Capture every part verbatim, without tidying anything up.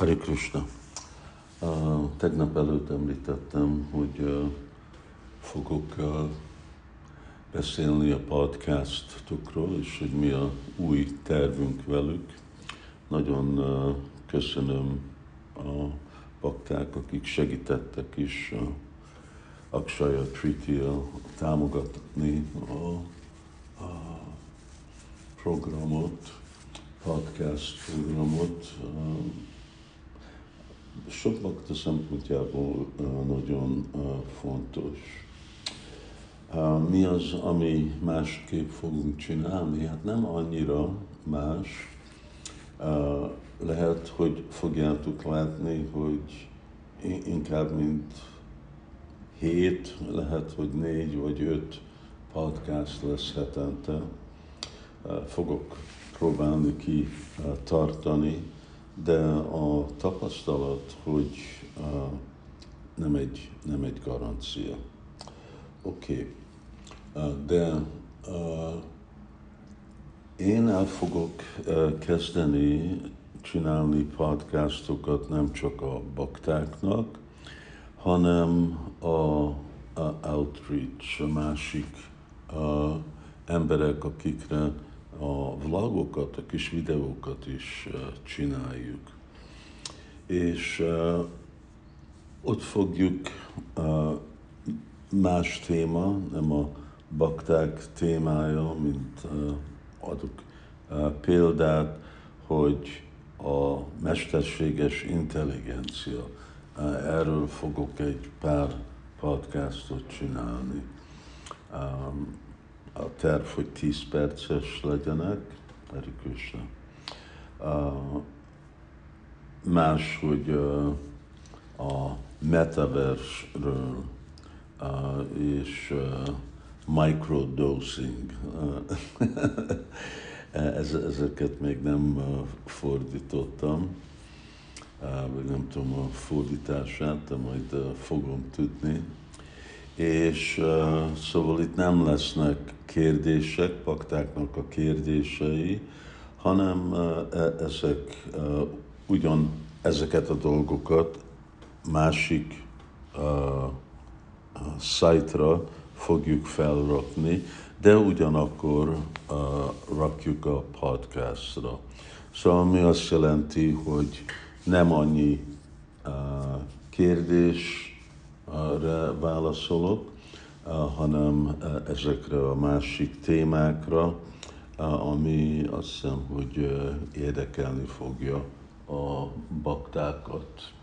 Hare Krishna. Uh, tegnap előtt említettem, hogy uh, fogok uh, beszélni a podcastokról, és hogy mi a új tervünk velük. Nagyon uh, köszönöm a bakták, akik segítettek is uh, Akshaya Tritiya támogatni a, a programot, podcast programot. Uh, Sok bakta szempontjából uh, nagyon uh, fontos. Uh, mi az, ami másképp fogunk csinálni? Hát nem annyira más. Uh, lehet, hogy fogjátok látni, hogy inkább mint hét, lehet, hogy négy vagy öt podcast lesz hetente. Uh, fogok próbálni ki uh, tartani, de a tapasztalat, hogy uh, nem, egy, nem egy garancia. Oké, okay. uh, de uh, én el fogok uh, kezdeni csinálni podcastokat nem csak a baktáknak, hanem a, a outreach, a másik uh, emberek, akikre a vlogokat, a kis videókat is uh, csináljuk. És uh, ott fogjuk uh, más téma, nem a bakták témája, mint uh, adok uh, példát, hogy a mesterséges intelligencia. Uh, erről fogok egy pár podcastot csinálni. Um, A terv, hogy tíz perces legyenek, Hare Krishna. Uh, más, hogy uh, a metaverse-ről uh, és uh, microdosing. Uh, ez, ezeket még nem uh, fordítottam, uh, vagy nem tudom a fordítását, de majd uh, fogom tudni. És uh, szóval itt nem lesznek kérdések, baktáknak a kérdései, hanem uh, ezek uh, ugyan ezeket a dolgokat másik uh, uh, szájtra fogjuk felrakni, de ugyanakkor uh, rakjuk a podcastra. Szóval mi azt jelenti, hogy nem annyi uh, kérdés, re válaszolok, hanem ezekre a másik témákra, ami azt hiszem, hogy érdekelni fogja a baktákat.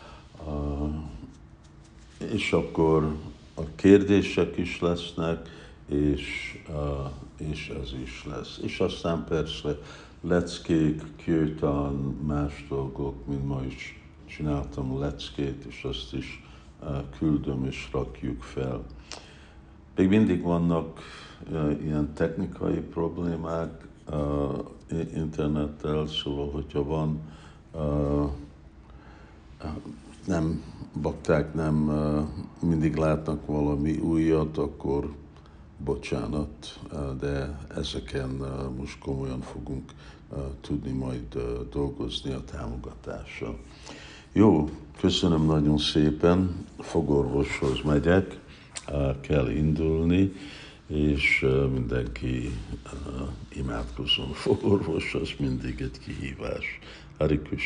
És akkor a kérdések is lesznek, és, és ez is lesz. És aztán persze leckék, kirtan, más dolgok, mint ma is csináltam leckét, és azt is küldöm és rakjuk fel. Még mindig vannak uh, ilyen technikai problémák uh, internettel, szóval, hogyha van, uh, nem bakták, nem uh, mindig látnak valami újat, akkor bocsánat, uh, de ezeken uh, most komolyan fogunk uh, tudni majd uh, dolgozni a támogatással. Jó, köszönöm nagyon szépen, fogorvoshoz megyek, kell indulni, és mindenki imádkozom fogorvoshoz, mindig egy kihívás. Hare Krishna.